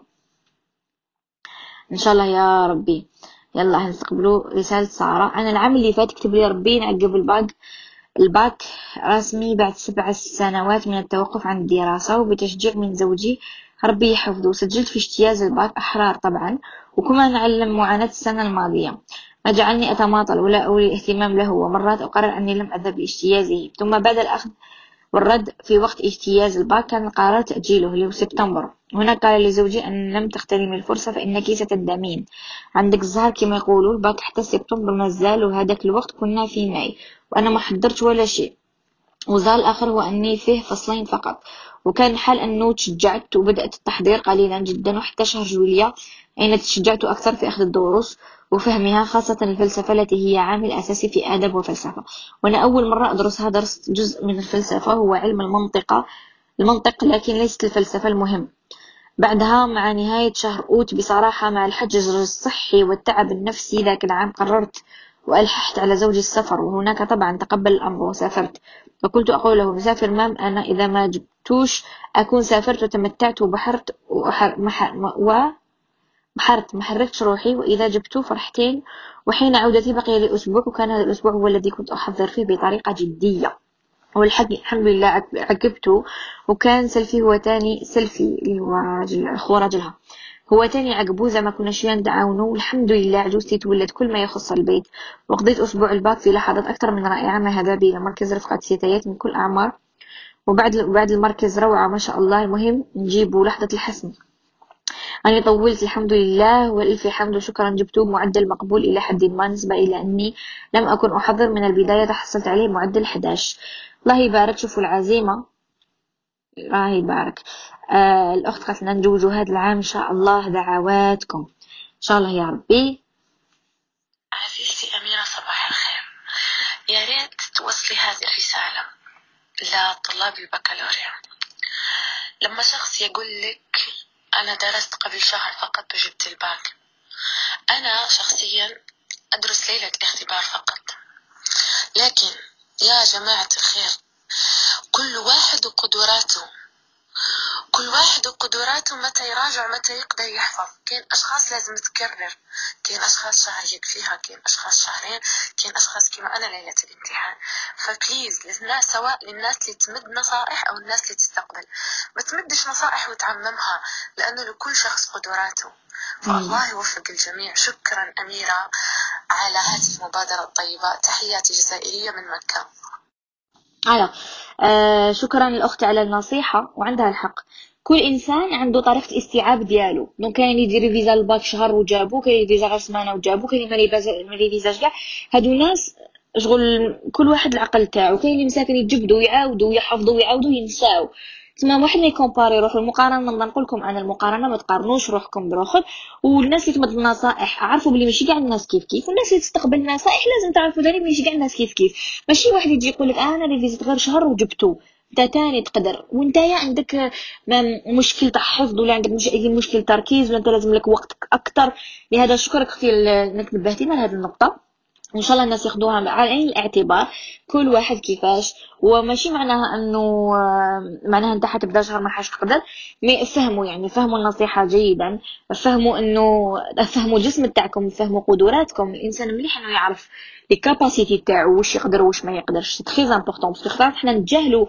Speaker 2: ان شاء الله يا ربي. يلا هنستقبلوا رساله ساره. انا العام اللي فات كتب لي ربي نعقب الباك الباك رسمي بعد سبع سنوات من التوقف عن الدراسة وبتشجيع من زوجي ربي يحفظه. سجلت في اجتياز الباك أحرار طبعا، وكما نعلم معاناة السنة الماضية ما جعلني أتماطل ولا أولي اهتمام له، ومرات أقرر أني لم أذهب لاجتيازه. ثم بعد الأخذ والرد في وقت اجتياز الباك كان القرار تأجيله لسبتمبر. هنا قال لزوجي أن لم تغتنمي الفرصة فإنك ستندمين، عندك الزهر كما يقولوا. الباك حتى سبتمبر مازال، وهذاك الوقت كنا في ماي وأنا ما حضرت ولا شيء. وزار الآخر هو أني فيه فصلين فقط، وكان الحال أنه تشجعت وبدأت التحضير قليلا جدا، وحتى شهر جوليا أين تشجعت أكثر في أخذ الدروس وفهمها، خاصة الفلسفة التي هي عامل أساسي في آداب وفلسفة. وأنا أول مرة أدرسها درست جزء من الفلسفة هو علم المنطقة المنطق لكن ليست الفلسفة المهم. بعدها مع نهاية شهر أوت بصراحة مع الحجر الصحي والتعب النفسي ذاك العام قررت وألححت على زوجي السفر، وهناك طبعا تقبل الأمر وسافرت. فقلت أقول له مسافر مام أنا إذا ما جبتوش أكون سافرت وتمتعت وبحرت وحر مح... وبحرت ما حركتش روحي، وإذا جبتوه فرحتين. وحين عودتي بقي لي أسبوع، وكان هذا الأسبوع هو الذي كنت أحضر فيه بطريقة جدية، والحق الحمد لله عقبته. وكان سلفي هو تاني سلفي اللي هو راجل اخو راجلها هو تاني عقبو زي ما كنا شويه ندعاونو، والحمد لله عجوزتي تولد كل ما يخص البيت. وقضيت اسبوع الباك في لحظات اكثر من رائعه مع ذهابي الى مركز رفقه ستيات من كل اعمار، وبعد بعد المركز روعه ما شاء الله. المهم نجيبوا لحظه الحسم. أنا طولت الحمد لله والألف حمد وشكرا، جبت معدل مقبول إلى حد ما نسبة إلى أني لم أكن أحضر من البداية، تحصلت عليه معدل أحد عشر. الله يبارك. شوفوا العزيمة الله يبارك. آه الأخت قالت لنا نجوزوا هذا العام إن شاء الله، دعواتكم إن شاء الله يا ربي.
Speaker 3: عزيزتي أميرة صباح الخير، يا ريت توصلي هذه الرسالة لطلاب البكالوريا. لما شخص يقول لك أنا درست قبل شهر فقط وجبت الباك، أنا شخصيا أدرس ليلة الاختبار فقط، لكن يا جماعة الخير كل واحد وقدراته، كل واحد وقدراته، متى يراجع متى يقدر يحفظ. كاين اشخاص لازم تكرر، كاين اشخاص شهر يكفيها، كاين اشخاص شهرين، كاين اشخاص كيما انا ليله الامتحان. فبليز للناس، سواء للناس اللي تمد نصائح او الناس اللي تستقبل، ما تمدش نصائح وتعممها، لانه لكل شخص قدراته. فالله يوفق الجميع. شكرا أميرة على هذه المبادرة الطيبة. تحياتي جزائرية من مكة.
Speaker 2: على آه شكرا الأخت على النصيحة، وعندها الحق. كل إنسان عنده طريقة الاستيعاب ديالو. دونك كاين اللي يدير ريفيزا الباك شهر وجابو، كاين اللي يدير غير سمانة وجابو، كاين اللي ما ريفيزاش كاع. هادو ناس شغل كل واحد العقل تاعو. كاين اللي مساكن يجبدوا ويعاودوا ويحفظوا ويعاودوا ينساو. تما واحد ما يكومباري روحو. المقارنه نبدا نقول لكم انا المقارنه ما تقارنوش روحكم بروحك. والناس اللي تمد النصائح عارفوا بلي ماشي كاع الناس كيف كيف، والناس اللي تستقبل النصائح لازم تعرفوا داري ماشي كاع الناس كيف كيف. ماشي واحد يجي يقول لك انا ريفيزيت غير شهر وجبتو، انت تاني تقدر وانتيا عندك مشكل تاع حفظ، ولا عندك مشكل مشكل تركيز، ولا انت لازم لك وقت اكثر. لهذا شكرك اختي انك نبهتينا لهذه النقطه. ان شاء الله الناس ياخذوها على عين الاعتبار، كل واحد كيفاش. وماشي معناها انه معناها انت حتبدا شهر ما حاش تقدر. مي فهموا يعني فهموا النصيحه جيدا، فهموا انه فهموا الجسم تاعكم، فهموا قدراتكم. الانسان مليح انه يعرف لي كاباسيتي تاعو، واش يقدر واش ما يقدرش. سي تري امبورطون باسكو خلاص حنا نتجاهلوا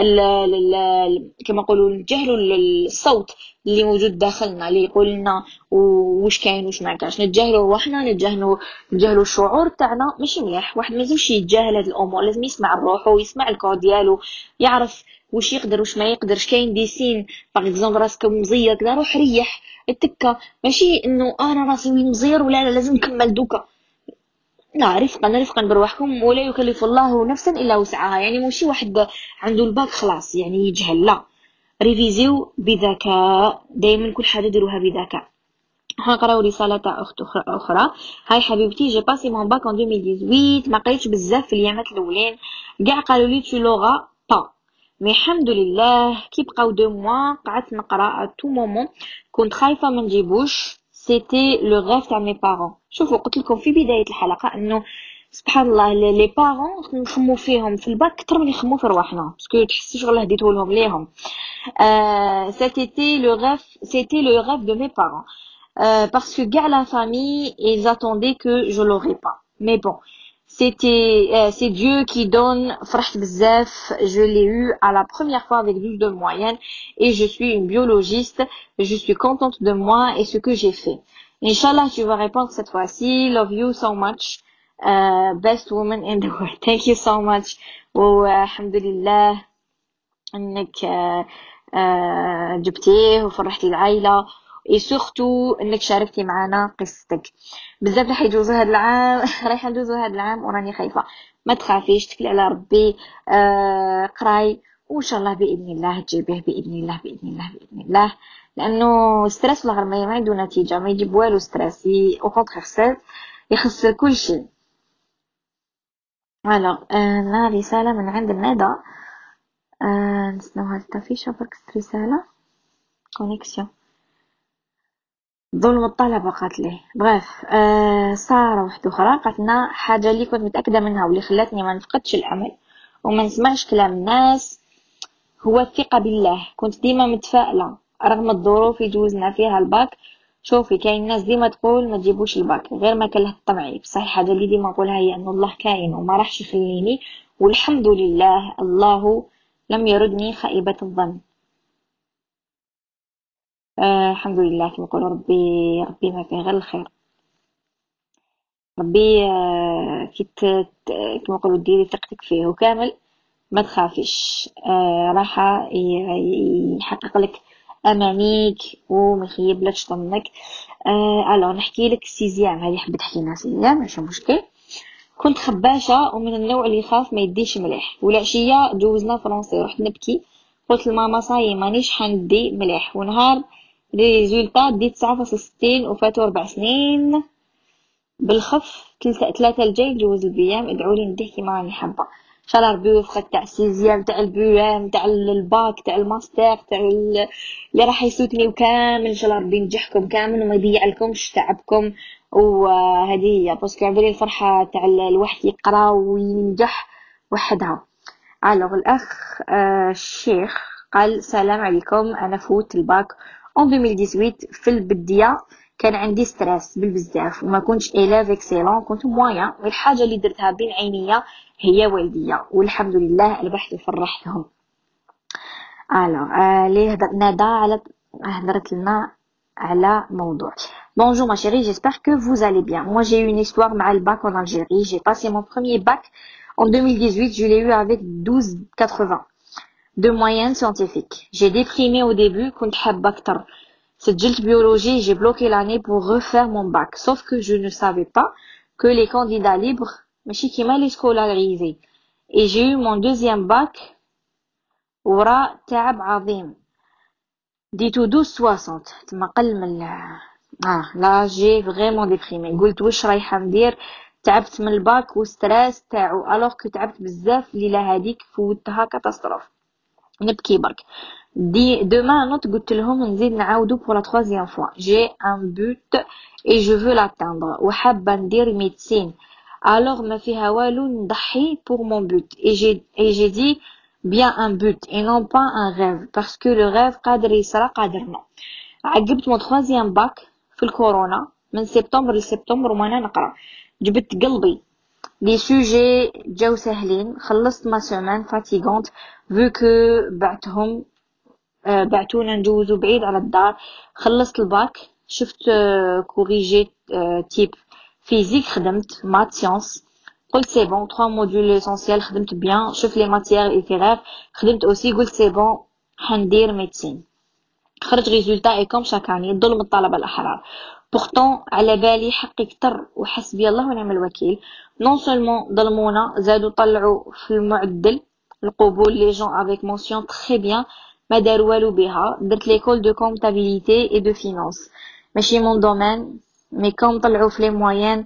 Speaker 2: كما نقولوا نتجاهلوا الصوت اللي موجود داخلنا اللي يقول لنا واش كاين واش ما كاينش. نتجاهلوا روحنا، نتجاهلوا نتجاهلوا الشعور تاعنا. ماشي مليح واحد ما يلزمش يتجاهل هاد الامور، لازم يسمع روحه ويسمع الكور ديالو، يعرف واش يقدر واش ما يقدرش. كاين دي سين باغ اكزومبل راسك مزير كذا، روح ريح التكه. ماشي انه انا راسي مزير ولا لا لازم نكمل دوكا. لا، رفقا رفقا بروحكم، ولا يكلف الله نفسا الا وسعها. يعني ماشي واحد عنده الباك خلاص يعني يجهل، لا. ريفيزيو بذكاء دائما، كل حاجه ديروها بذكاء. هنقراو رساله تاع اخت اخرى. هاي حبيبتي، جي باسي مون باك ان ألفين وثمانية، ما قريتش بزاف في الايامات الاولين، كاع قالوا لي تو لوغا با، مي الحمد لله كي بقاو دو موا قعدت نقرا ا تو مومون. كنت خايفه ما نجيبوش، سيتي لو غيف تاع مي بارون. شوفوا قلت لكم في بدايه الحلقه انه سبحان الله لي بارون نخمو فيهم في الباك اكثر من يخمو في رواحنا، باسكو تحسي شغل هديته لهم ليهم. Euh, c'était le rêve, c'était le rêve de mes parents. Euh, parce que gars la famille, ils attendaient que je l'aurais pas. Mais bon, c'était, euh, c'est Dieu qui donne. فرحت بزاف, je l'ai eu à la première fois avec douze de moyenne et je suis une biologiste. Je suis contente de moi et ce que j'ai fait. Inch'Allah, tu vas répondre cette fois-ci. Love you so much. Uh, best woman in the world. Thank you so much. والحمد لله انك uh, آه جبتيه وفرحتي العائله، اي سورتو انك شاركتي معنا قصتك. بزاف راح يجوزوا هذا العام رايحه ندوزوا هذا العام وراني خايفه. ما تخافيش، تكلي على ربي، آه قراي وان شاء الله باذن الله تجيبيه باذن الله باذن الله باذن الله. لانه ستريس ولا غير ما عنده نتيجه، ما يجيب والو ستريس، او كونتر خسر يخسر كل شيء. فوالا آه رساله من عند الندى. آه نسناوها التافيشة برك رسالة كونيكسيون ظلم الطلبة قالت لي. بغاف آه سارة واحدة أخرى قالت لنا حاجة اللي كنت متأكدة منها واللي خلاتني ما نفقدش الأمل وما نسمعش كلام الناس هو الثقة بالله. كنت ديما متفائلة رغم الظروف اللي جوزنا فيها الباك. شوفي كاين ناس ديما تقول ما تجيبوش الباك غير ما كان له الطمعي، بصح الحاجة اللي ديما نقولها هي أن الله كاين وما راحش يخليني، والحمد لله الله لم يردني خائبة الظن. آه الحمد لله كما يقولوا ربي ربي ما فيه غير الخير. ربي آه كي كما يقولوا ديري ثقتك فيه وكامل ما تخافيش، آه راح يحقق لك امانيك وما يخيبلكش ظنك. آه الو نحكي لك سيزيام، هذه حبيت تحكي لنا سيزيام ماشي مشكل. كنت خباشة ومن النوع اللي يخاف ما يديش مليح، والعشية جوزنا فرنسي رحت نبكي قلت لماما صاي مانيش حندي مليح، ونهار لي ريزولتا ديت تسعة فاصلة ستين وفاتوا ربع سنين بالخف. ثلاثة الجاي نجوز البيام، ادعولي نديه كيما راني حابة ان شاء الله. ربي يوفقك تاع السيزيام تاع البيام تاع الباك تاع الماستر تاع اللي راح يسوتني وكامل ان شاء الله. ربي ينجحكم كامل وما يضيع لكمش تعبكم. وهذه هي باسكو عبالي الفرحة تاع الواحد يقرا وينجح وحدها. الوغ الاخ آه الشيخ قال السلام عليكم، انا فوت الباك اون ألفين وثمانية عشر في البدايه كان عندي ستريس بالبزاف وما كنتش إيلاف اكسيلون، كنت مويان، والحاجه اللي درتها بين عينيا هي والديا والحمد لله ربحت وفرحتهم. الو آه ليه ندى على هضرت لنا على موضوع. Bonjour ma chérie, j'espère que vous allez bien. Moi j'ai eu une histoire مع le bac en Algérie. J'ai passé mon premier bac en deux mille dix-huit, je l'ai eu avec douze virgule quatre-vingts de moyenne scientifique. J'ai déprimé au début, كنت حابة أكتر. سجلت biologie, j'ai bloqué l'année pour refaire mon bac. Sauf que je ne savais pas que les candidats libres ماشي كيما les scolarisés. Et j'ai eu mon deuxième bac ورا تعب عظيم. ديتو douze soixante تما قل من اه لا جي فريمون ديبريمي. قلت واش رايحه ندير، تعبت من الباك وستريس تاعو الوغ كو تعبت بزاف. الليله هذيك فوتها كاتاستروف، نبكي برك. دي دوما نوت قلت لهم نزيد نعاودو بور لا troisième fois. J'ai un but et je veux l'atteindre وحابه ندير ميديسين الوغ ما فيها والو نضحي pour mon but. et j'ai et j'ai dit bien un but et non pas un rêve parce que le rêve قادر يسرى قادرنا. عقبت mon troisième bac في الكورونا من سبتمبر لسبتمبر وانا نقرا. جبت قلبي لي سوجي جاو سهلين. خلصت ما سيمين فاتيغونت فو كو بعتهم آه بعتونا ندوزو بعيد على الدار. خلصت الباك، شفت آه كوريجي آه تيب فيزيك، خدمت مات سيونس، قلت سي بون trois modules essentiels خدمت بيان. شوف لي ماتيير ليتيرير خدمت اوسي، قلت سي بون حندير ميديسين. خرج ريزولتا اي كوم شاكاني ظلم الطلبه الاحرار. بورتون على بالي حقي كتر وحسبي الله ونعم الوكيل. نون سولمون ظلمونا، زادوا طلعوا في المعدل القبول لي جون افيك مونسيون تري بيان، ما داروا والو بها. درت ليكول دو كومتابيليتي اي دو فينانس ماشي مون دومين، مي كوم طلعوا في لي موين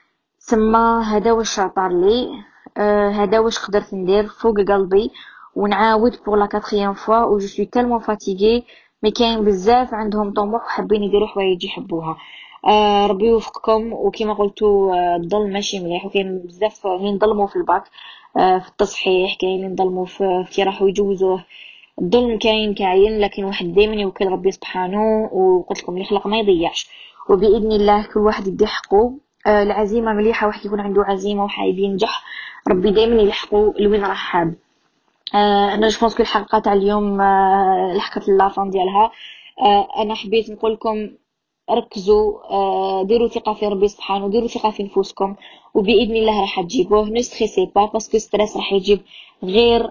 Speaker 2: سما هذا واش عطار لي، آه هذا واش قدرت ندير فوق قلبي ونعاود بور لا كاتريام فوا و جو سوي تالمون فاتيغي. مي كاين بزاف عندهم طموح وحابين يديروا حوايج يحبوها. آه ربي يوفقكم. وكما قلتوا آه الظلم ماشي مليح، وكاين بزاف اللي ظلموا في الباك آه في التصحيح، كاين اللي ظلموا في كي راحوا يجوزوه. الظلم كاين كاين، لكن واحد دائما يوكل ربي سبحانه. وقلت لكم اللي خلق ما يضيعش، وباذن الله كل واحد يدي حقه. آه العزيمه مليحه، واحد يكون عنده عزيمه وحايب ينجح ربي دائما يلحقه لوين راه حاب. آه انا جو بونس كو الحلقه تاع اليوم آه لحقت اللافان ديالها. آه انا حبيت نقول لكم ركزوا، آه ديروا ثقه في ربي سبحانه، ديروا ثقه في نفوسكم، وباذن الله راح تجيبوه. نو ستريسي با باسكو ستريس راح يجيب غير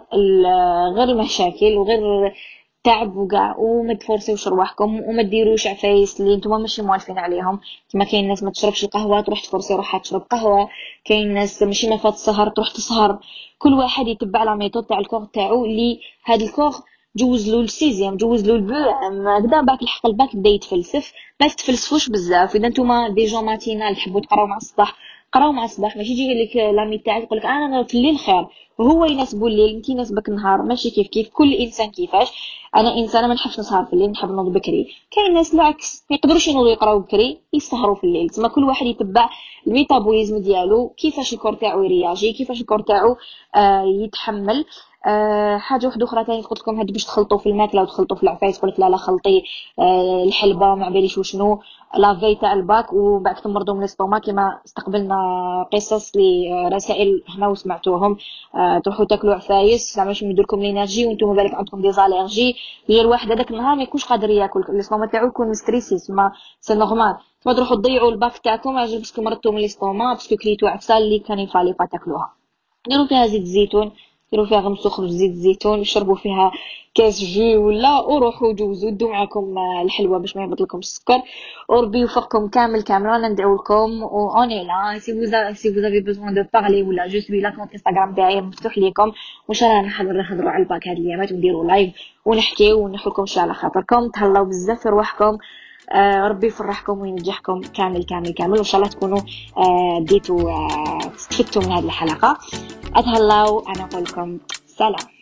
Speaker 2: غير المشاكل وغير تعب وكاع. وما تفورسيوش رواحكم وما ديروش عفايس اللي نتوما ماشي موالفين عليهم. كما كاين ناس ما تشربش القهوه تروح تفورسي روحها تشرب قهوه، كاين ناس ماشي ما فات السهر تروح تسهر. كل واحد يتبع لا ميثود تاع الكور تاعو. اللي هاد الكور جوز له السيزيام، جوز له البو هكذا باك الحق الباك بدا يتفلسف. ما تتفلسفوش بزاف. اذا نتوما دي جون ماتينال تحبوا تقراو مع الصباح قراو مع الصباح، ماشي يجي لك لامي تاعك يقول لك انا في الليل خير وهو يناسبو الليل، انت يناسبك النهار. ماشي كيف كيف، كل انسان كيفاش. انا انسانه ما نحبش نسهر في الليل، نحب نوض بكري. كاين ناس العكس ما يقدروش ينوضوا يقراو بكري يسهروا في الليل. تما كل واحد يتبع الميتابوليزم ديالو، كيفاش الكور تاعو يرياجي، كيفاش الكور تاعو آه يتحمل. أه حاجه واحده اخرى ثاني قلت لكم، هاد باش تخلطوا في الماكله وتخلطوا في العفايس. قلت لا لا خلطي أه الحلبه ما باليش وشنو لافي تاع الباك وبعد تمرضوا من الاستوما. كما استقبلنا قصص لرسائل هنا وسمعتوهم. أه تروحوا تاكلوا عفايس زعما باش يمدوا لكم لينيرجي وانتم بالك عندكم دي زاليرجي. غير واحد هذاك النهار ما يكونش قادر ياكل، الاستوما تاعو يكون مستريسي. ما سي نورمال. ما تروحوا تضيعوا الباك تاعكم عشان باسكو مرضتوا من الاستوما، باسكو كليتوا عفسه اللي كان يفالي با تاكلوها. ديروا فيها زيت الزيتون، ديروا فيها غمسوا خبز زيت الزيتون، وشربوا فيها كاس جي ولا، وروحوا جوزوا دو معكم الحلوه باش ما يهبط لكم السكر. وربي يوفقكم كامل كامل. انا ندعو لكم و اوني لا سي فوزا سي فوز افي بوزوان دو بارلي ولا جو سوي لا كونت انستغرام تاعي مفتوح ليكم. وان شاء الله نحضر نهضروا على الباك هاد الايامات ونديروا لايف ونحكيو ونحكوا لكم شي على خاطركم. تهلاو بزاف في رواحكم. آه ربي يفرحكم وينجحكم كامل كامل كامل. وان شاء الله تكونوا آه ديتوا آه استفدتوا من هذه الحلقه. اتهلاو. انا نقول لكم سلام.